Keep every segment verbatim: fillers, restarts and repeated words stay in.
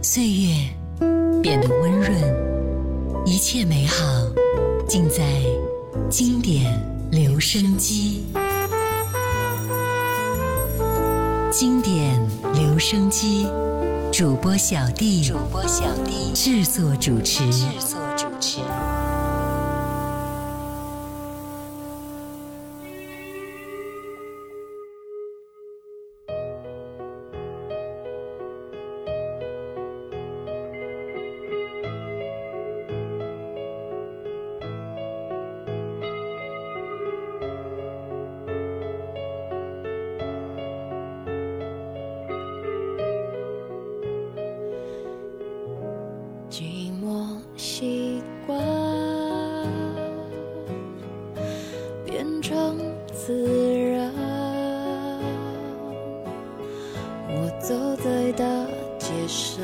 岁月变得温润，一切美好尽在经典留声机。经典留声机，主播小弟，主播小弟制作主持，制作主持。 寂寞习惯变成自然，我走在大街上，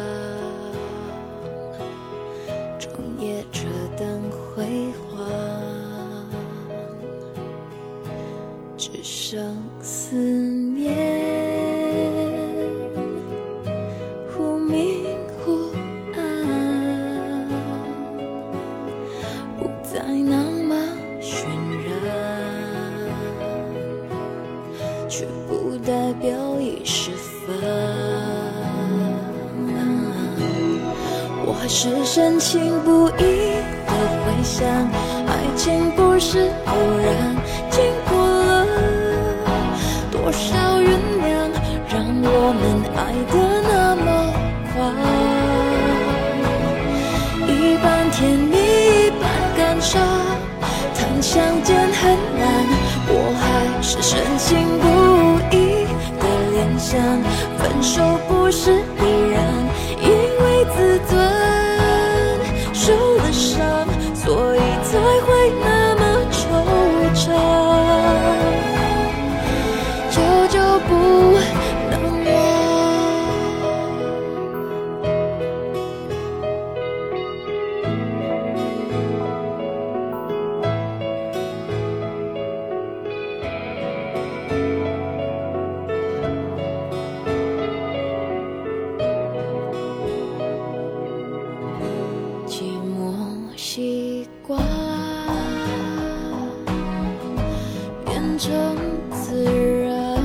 整夜车灯辉煌，只剩思念。却不代表已释放，我还是深情不移的回想，爱情不是偶然，经过了多少酝酿，让我们爱得那么快，一半甜蜜一半感伤，谈相见很难，我还是深情不移的联想，分手不是必然，因为自尊受了伤，所以才会那么惆怅，久久不能忘。习惯变成自然，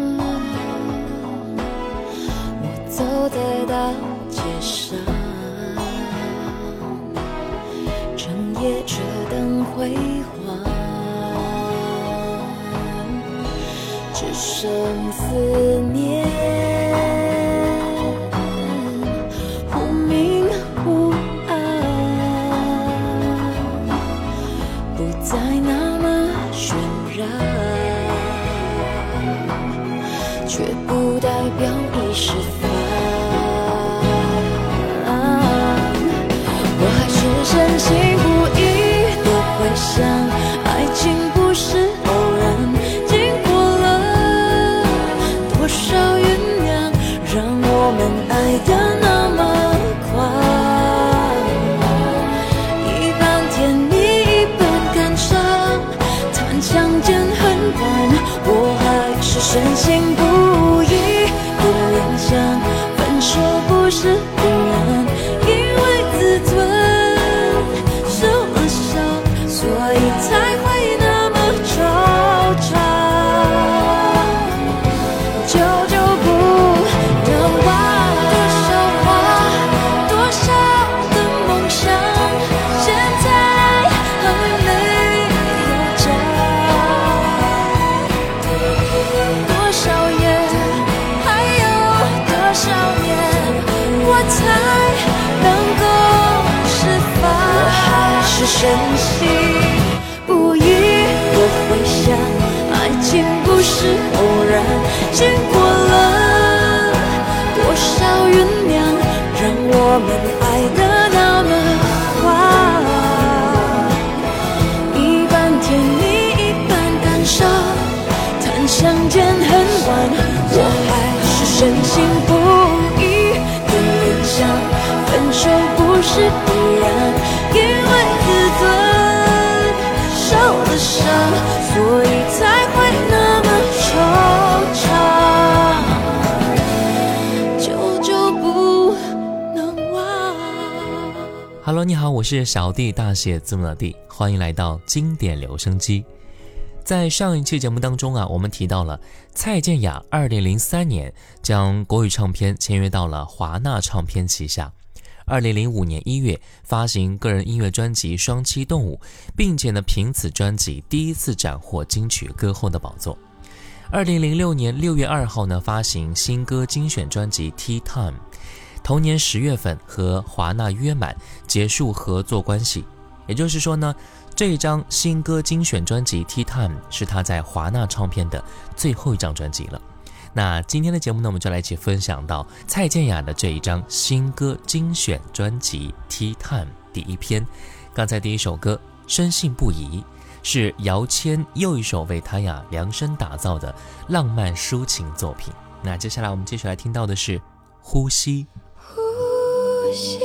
我走在大街上，整夜车灯辉煌，只剩思念。却不代表已释放，我还是深情不移的回想，爱情不是偶然，经过了多少酝酿，让我们爱得那么快，一半甜蜜一半感伤，谈相见很晚，我还是深情不分手不是必然，因为自尊受了伤，所以才会那么惆怅，久久不能忘。多少话，多少的梦想，现在还没有讲，多少夜我才能够释放，我还是深情不移的回想，爱情不是偶然，经过了多少酝酿，让我们爱得那么快，一半甜蜜一半感伤，谈相见很晚，我还是深情不移。分手不是必然，因为自尊受了伤，所以才会那么惆怅，久久不 Hello， 你好，我是小弟大写字母的弟，欢迎来到经典留声机。在上一期节目当中啊，我们提到了蔡健雅二零零三年将国语唱片签约到了华纳唱片旗下，二零零五年一月发行个人音乐专辑《双栖动物》，并且呢凭此专辑第一次斩获金曲歌后的宝座。二零零六年六月二号呢发行新歌精选专辑《Tea Time》，同年十月份和华纳约满结束合作关系，也就是说呢，这一张新歌精选专辑《Tea Time》是他在华纳唱片的最后一张专辑了。那今天的节目呢，我们就来一起分享到蔡健雅的这一张新歌精选专辑《Tea Time》第一篇。刚才第一首歌《深信不疑》是姚谦又一首为他呀量身打造的浪漫抒情作品。那接下来我们继续来听到的是《呼吸》。 呼吸，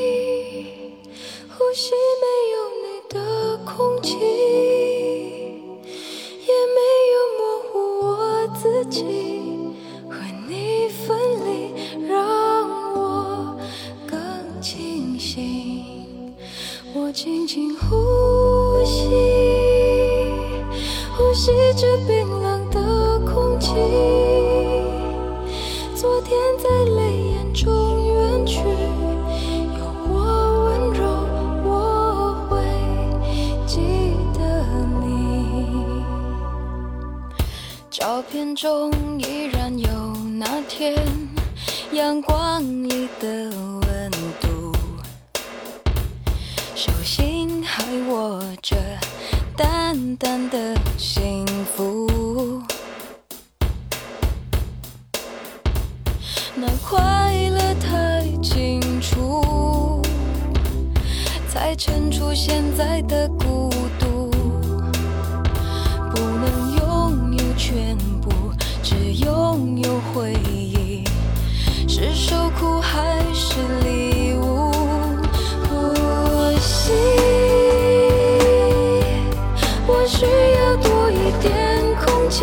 呼吸，没有你的空气，也没有模糊我自己，和你分离让我更清醒。我轻轻呼吸，呼吸着冰冷的空气，昨天在泪眼中远去，有我温柔，我会记得你。照片中依然有那天阳光里的温度，手心还握着淡淡的幸福，那快乐太清楚，才衬出现在的孤独。不能拥有全部，只拥有回忆，是受苦还是礼物？呼吸，我需要多一点空气，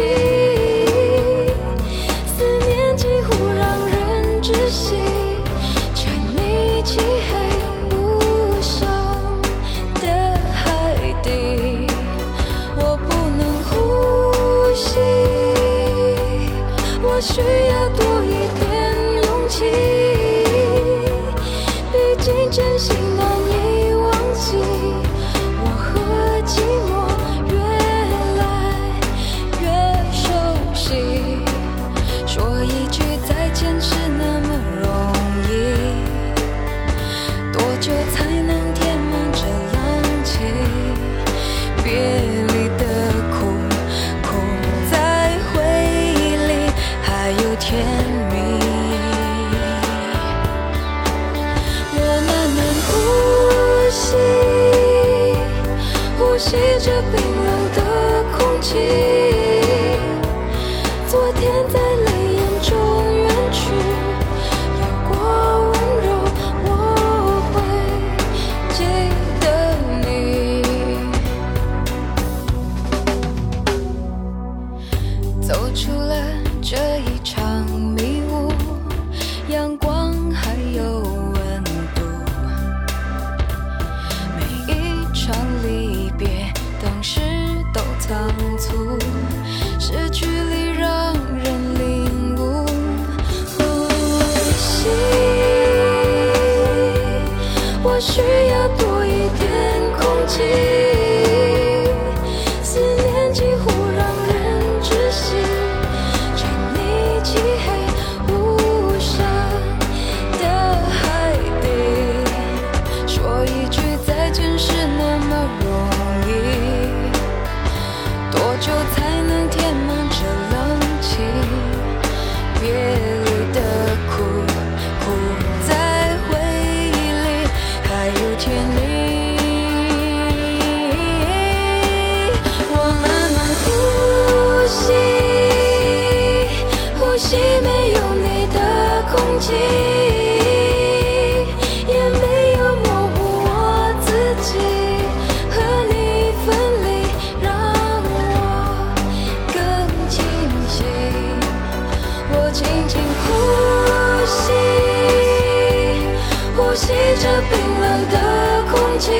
思念几乎让人窒息，沉溺漆黑无声的海底，我不能呼吸，我需要多一点勇气，毕竟真心难以忘记，我和寂寞越来越熟悉，说一句再见是那么容易，多久才能填满这冷气？别离的苦，苦在回忆里还有甜蜜。我慢慢呼吸，呼吸着冰冷的空气，昨天在泪眼中远去，有过温柔，我会记得你。走出了这一场迷雾，阳光还有温度，每一场离别当时都仓促，失去里让人领悟。呼吸，我需要多一点空气，思念几乎让人窒息，沉溺漆黑无声的海底，说一句再见是那么容易，多久才能填满这冷气？别离的苦，苦在回忆里还有甜蜜。我慢慢呼吸，呼吸没有你的空气，也没有模糊我自己，和你分离让我更清晰。我轻轻呼吸，呼吸着冰冷的空气，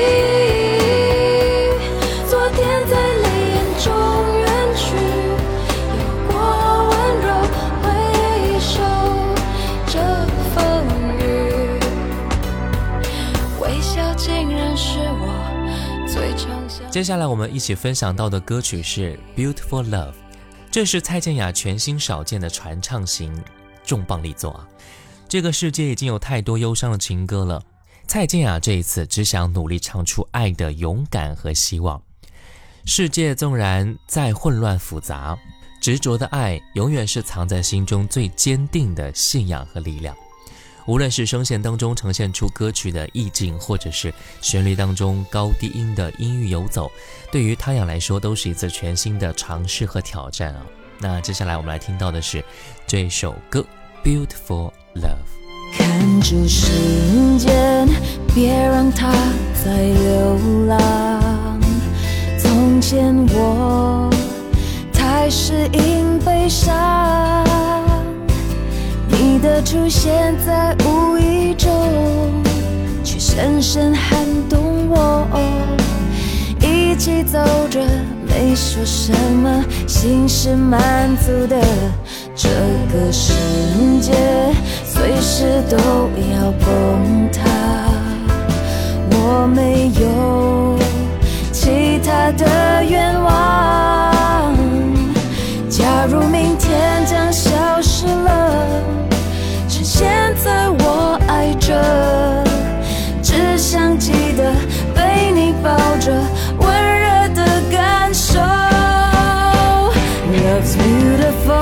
昨天在泪眼中远去，有过温柔回首这风雨，微笑竟然是我最常想。 接下来我们一起分享到的歌曲是 Beautiful Love， 这是蔡健雅全新少见的传唱型重磅力作啊！这个世界已经有太多忧伤的情歌了，蔡健雅这一次只想努力唱出爱的勇敢和希望。世界纵然再混乱复杂，执着的爱永远是藏在心中最坚定的信仰和力量。无论是声线当中呈现出歌曲的意境，或者是旋律当中高低音的音域游走，对于他俩来说都是一次全新的尝试和挑战啊。那接下来我们来听到的是这首歌 Beautiful Love。 看住时间，别让它再流浪，从前我太适应悲伤，你的出现在无意中却深深撼动我，一起走着没说什么，心是满足的，这个世界随时都要崩塌，我没有其他的愿望，假如明天将消失了，趁现在我爱着，只想记得被你抱着，温热的感受。 Love's beautiful,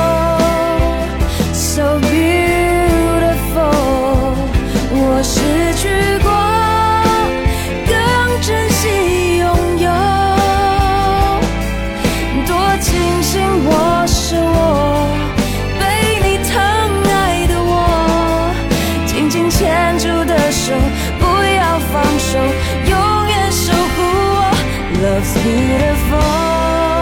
so beautiful， 我失去过更珍惜拥有，多庆幸我是我，被你疼爱的我，紧紧牵住的手不要放手，永远守护我。 Love's beautiful，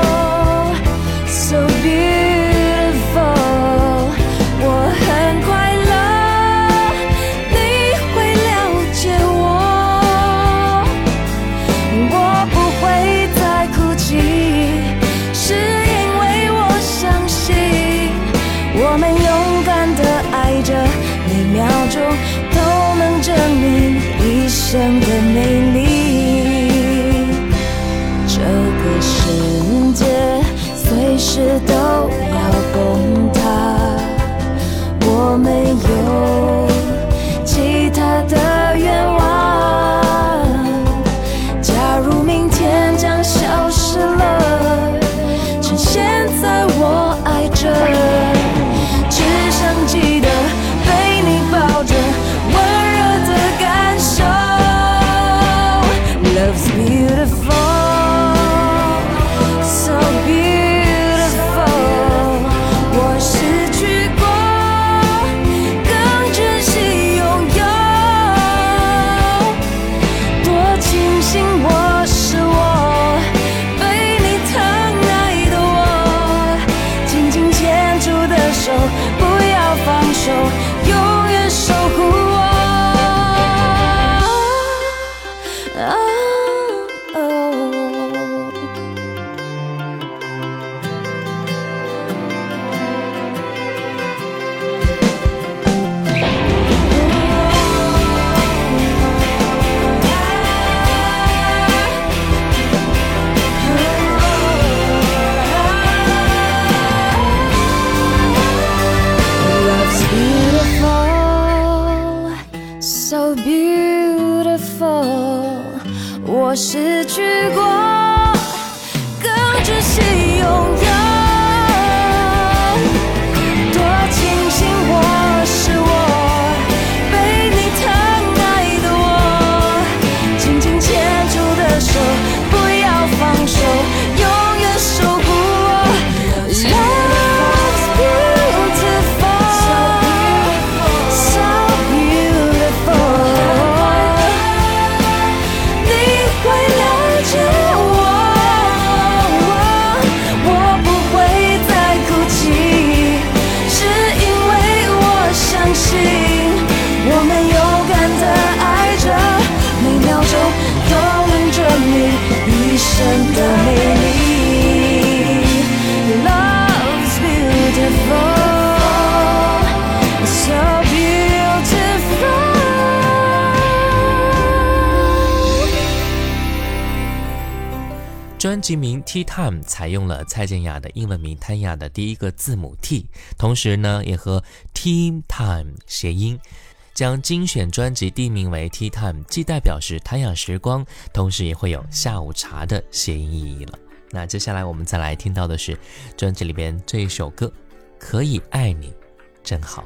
so beautiful， 我很快乐，你会了解我，我不会再哭泣，是因为我相信我们勇敢地爱着，每秒钟都能证明一生的美丽，这个世界随时都要崩塌，我没有其他的愿望，假如明天将消失了，趁现在我爱着，只想记得被你抱着，温热的感受。 Love's beautiful， so beautiful， 我失去过更珍惜拥有，多庆幸我是我，被你疼爱的我，紧紧牵住的手不要放手，永远守护我。啊Love's beautiful, so beautiful， 我失去过更珍惜拥有，多庆幸我是我，被你疼爱的我，紧紧牵住的手不要放手，永远守护我。Love's beautiful， so beautiful， 你会了解我， 专辑名 Tea Time 采用了蔡健雅的英文名谭雅的第一个字母 T， 同时呢也和 Tea Time 谐音，将精选专辑定名为 Tea Time， 既代表是谭雅时光，同时也会有下午茶的谐音意义了。那接下来我们再来听到的是专辑里边这一首歌，可以爱你真好。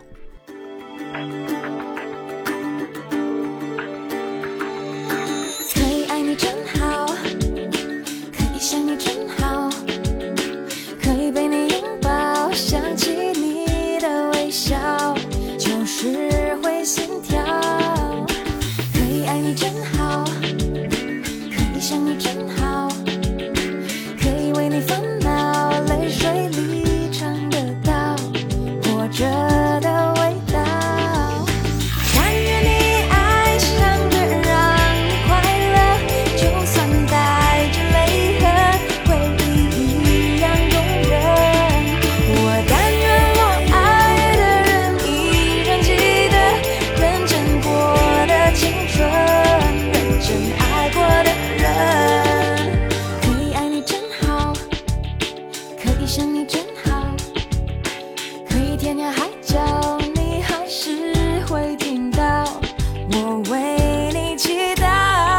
可以爱你真好，可以想你真好，可以被你拥抱，想起你的微笑就是会心跳。可以爱你真好，可以想你真好，可以为你烦恼，泪水里尝得到活着的味道。但愿你爱上的让你快乐，就算带着泪痕，回忆一样动人。我但愿我爱的人依然记得认真过的青春，认真爱过的人。可以爱你真好，可以想你真好，可以天涯海角你还是会听到我为你祈祷。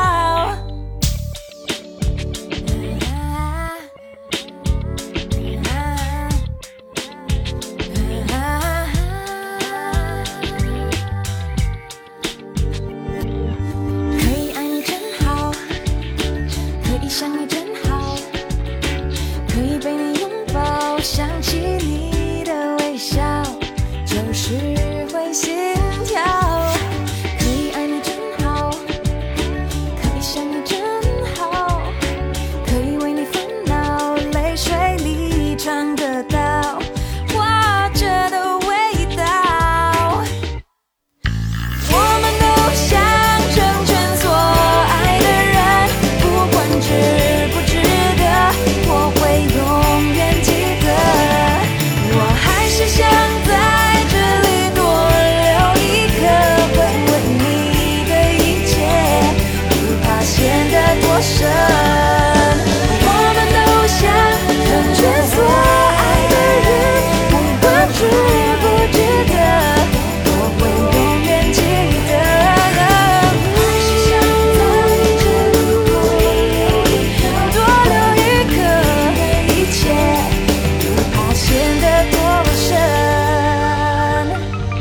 可以爱你真好，可以想你真好，可以被你拥抱，想起你的微笑就是会心跳。可以爱你真好，可以想你真好，可以为你烦恼，泪水里尝得到活着的味道。我们都想成全所爱的人，不管值不值得，我会永远记得。我还是想在这里多留一刻，回味你的一切，不怕陷得多深。我们都想成全所爱的人，不管值不值得，我会永远记得。还是想在这里多留一刻，多留一刻，一切不怕陷得多深。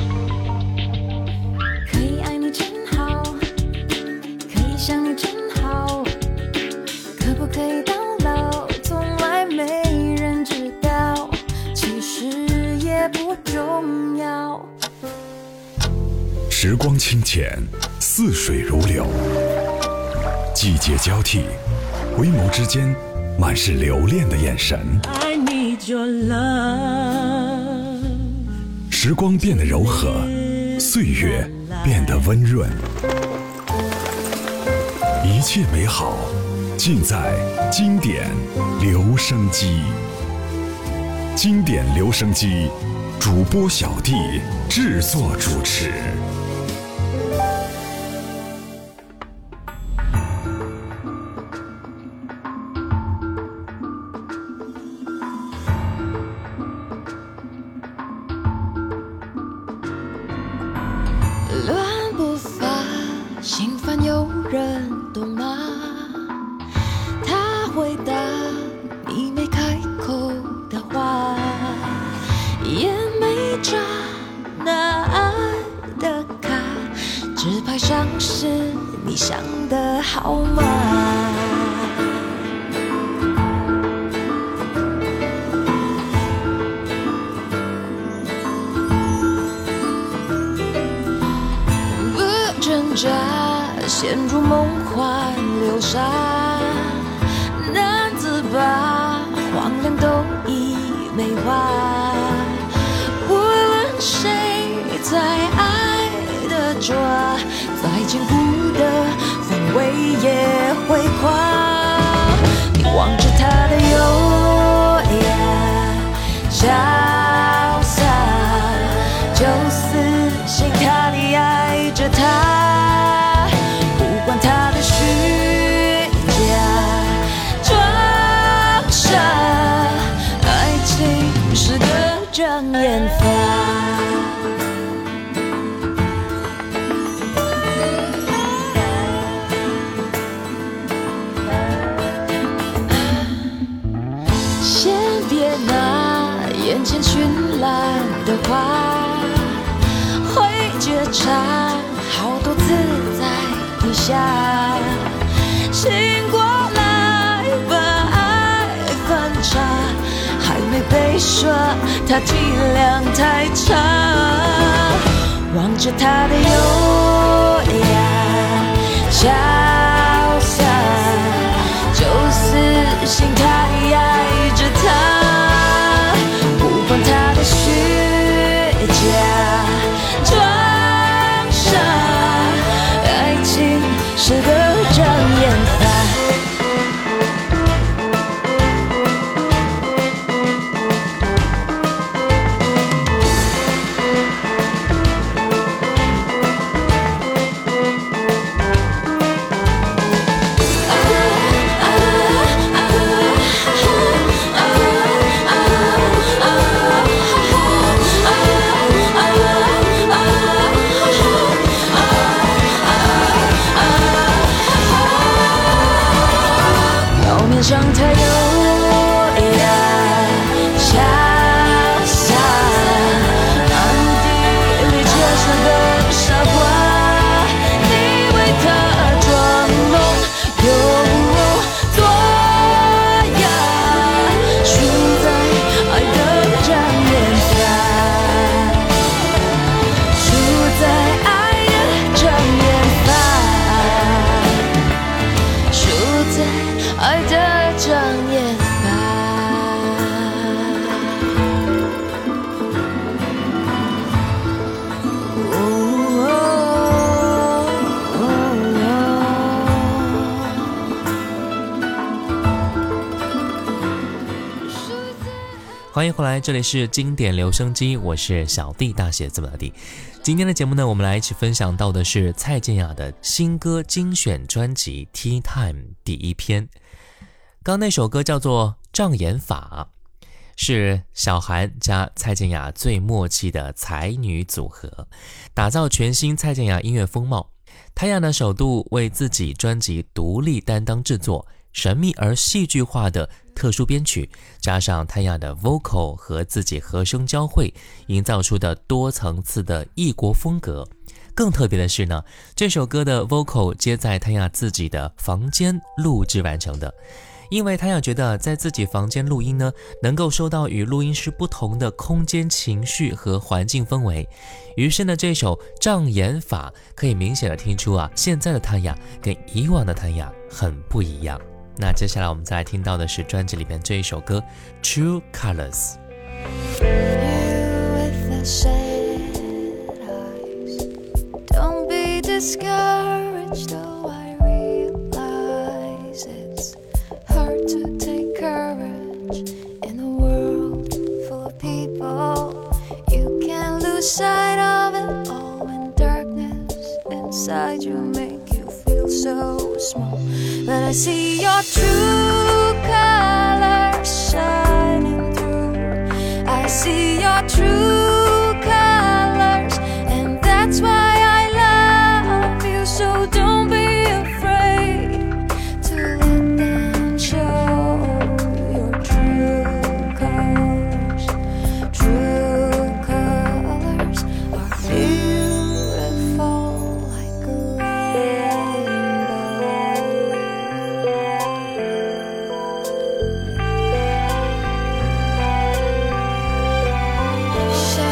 可以爱你真好，可以想你真好，可不可以到老，从来没人知道，其实也不重要。 时光清浅，似水如流，季节交替，回眸之间满是留恋的眼神。 I need your love。 时光变得柔和，岁月变得温润，一切美好尽在经典留声机。经典留声机，主播小弟制作主持。 乱步伐，心烦有人懂吗？他回答你没开口的话，也没扎那爱的卡，纸牌上是你想的号码。挣扎，陷入梦幻流沙，难自拔，荒凉都已美化。无论谁在爱的抓，再坚固的防卫也会垮。你望着他的优雅潇洒，就死心塌地爱着他，不管他的虚假装眼发。先别拿眼前绚烂的花，会觉察好多自在地下。醒过来把爱翻查，还没被说它体量太差。望着它的优雅潇洒，就死心太爱着它，不管它的虚假装傻，爱情是个障眼法。上太优雅潇洒，暗地里却是个傻瓜。你为他装聋又作哑，输在爱的障眼法，输在爱的障眼法，输在爱的障眼法。哦哦哦欢迎回来，这里是经典留声机，我是小弟大写字母的弟。今天的节目呢，我们来一起分享到的是蔡健雅的新歌精选专辑 Tea Time 第一篇。刚那首歌叫做障眼法，是小韩加蔡健雅最默契的才女组合，打造全新蔡健雅音乐风貌。泰雅呢首度为自己专辑独立担当制作，神秘而戏剧化的特殊编曲，加上泰雅的 vocal 和自己和声交汇，营造出的多层次的异国风格。更特别的是呢，这首歌的 vocal 皆在泰雅自己的房间录制完成的。因为他要觉得在自己房间录音呢，能够收到与录音师不同的空间情绪和环境氛围，于是呢，这首障眼法可以明显的听出啊，现在的他呀跟以往的他呀很不一样。那接下来我们再来听到的是专辑里面这一首歌 True Colors。 You with the sad eyes, don't be discouraged, though I realize it's hard to take courage in a world full of people. You can't lose sight of it all when darkness inside you make you feel so small. But I see your true colors shining through. I see your true colors, and that's why I love you. So don't be afraid to let them show your true colors. True colors are beautiful like a rainbow. Shine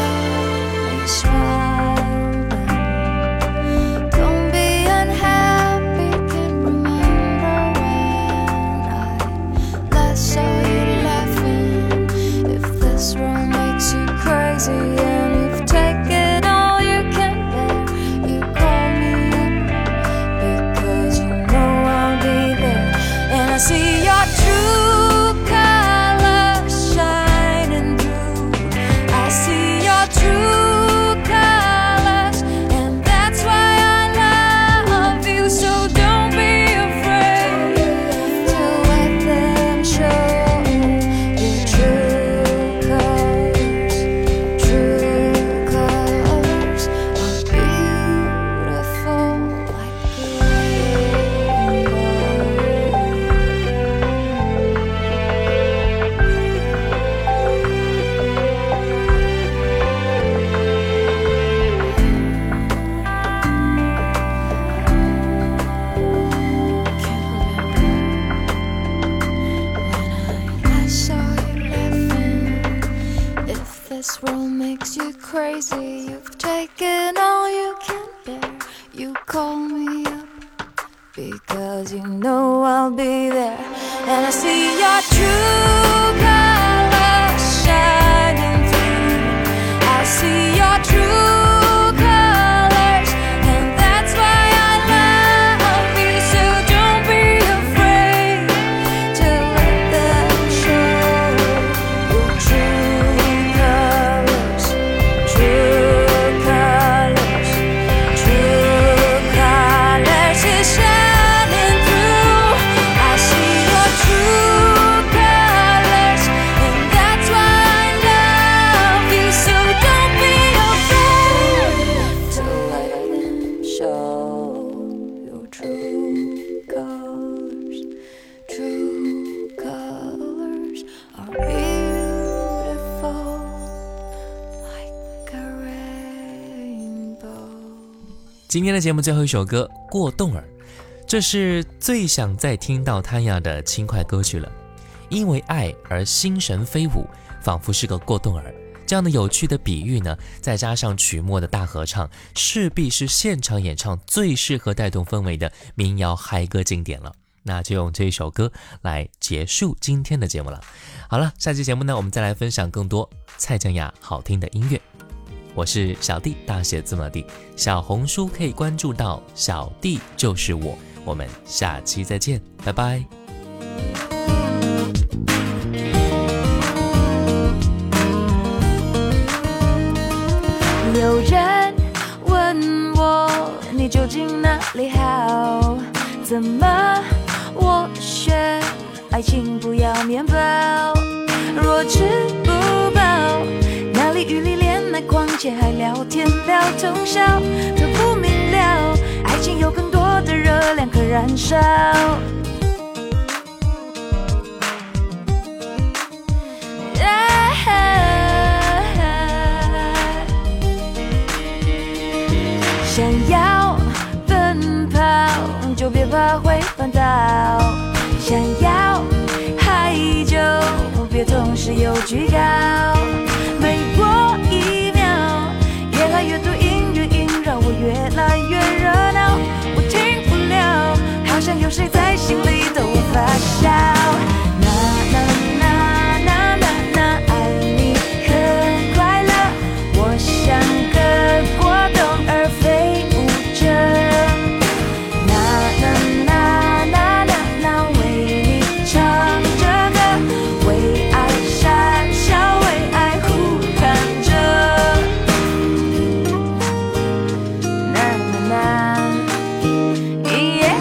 crazy, you've taken all you can bear. You call me up because you know I'll be there. And I see your true colors shining through. I see your true colors, and that's why I love you. So don't be afraid to let them show your true colors, true colors, true colors is shining through. I see your true colors, and that's why I love you. So don't be afraid to let them show your true colors. True colors are beautiful like a rainbow. 今天的节目最后一首歌《过动儿》，这是最想再听到谭雅的轻快歌曲了。因为爱而心神飞舞，仿佛是个过动儿。这样的有趣的比喻呢，再加上曲末的大合唱，势必是现场演唱最适合带动氛围的民谣嗨歌经典了。那就用这一首歌来结束今天的节目了。好了，下期节目呢，我们再来分享更多蔡健雅好听的音乐。我是小弟，大写字母弟，小红书可以关注到小弟就是我。我们下期再见，拜拜。 有人问我你究竟哪里好？怎么我学爱情不要面包？若吃不饱，哪里与你恋爱逛街还聊天聊通宵？都不明了，爱情有更多的热量可燃烧。想要奔跑，就别怕会绊倒；想要嗨就别同时有惧高。每过一秒，越来越多音乐萦绕我，越来越热闹，我停不了，好像有谁在心里逗我发笑。那那那那那那，爱你很快乐，我像个过动儿飞舞着。那那那那那那，为你唱着歌，为爱傻笑，为爱呼喊着。那那那，耶！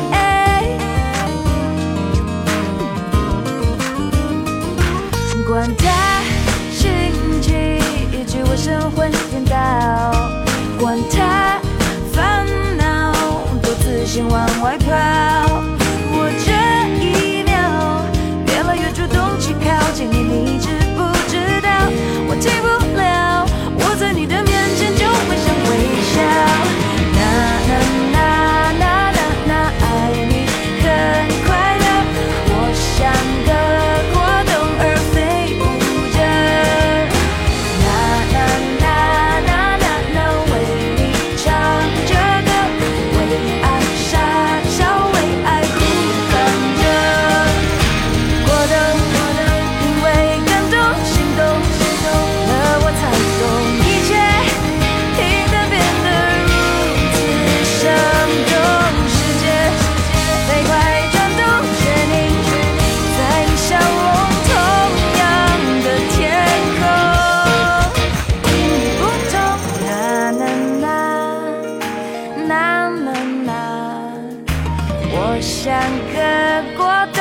管他星期一去我神魂颠倒，管他烦恼多自信往外跑。我这一秒越来越主动去靠近你，你知不知道？我停不了，我在你的面前就会想微笑。那那那那那那，爱你很快乐，我像个过动儿飞舞着。那那那那那那，为你唱着歌，为爱傻笑，为爱呼喊着。过动，因为感动心动，了我才懂一切平淡变得如此生动。世界飞快转动，却凝在你笑容同样的天空。因你不同，那那那那那那，我像个过动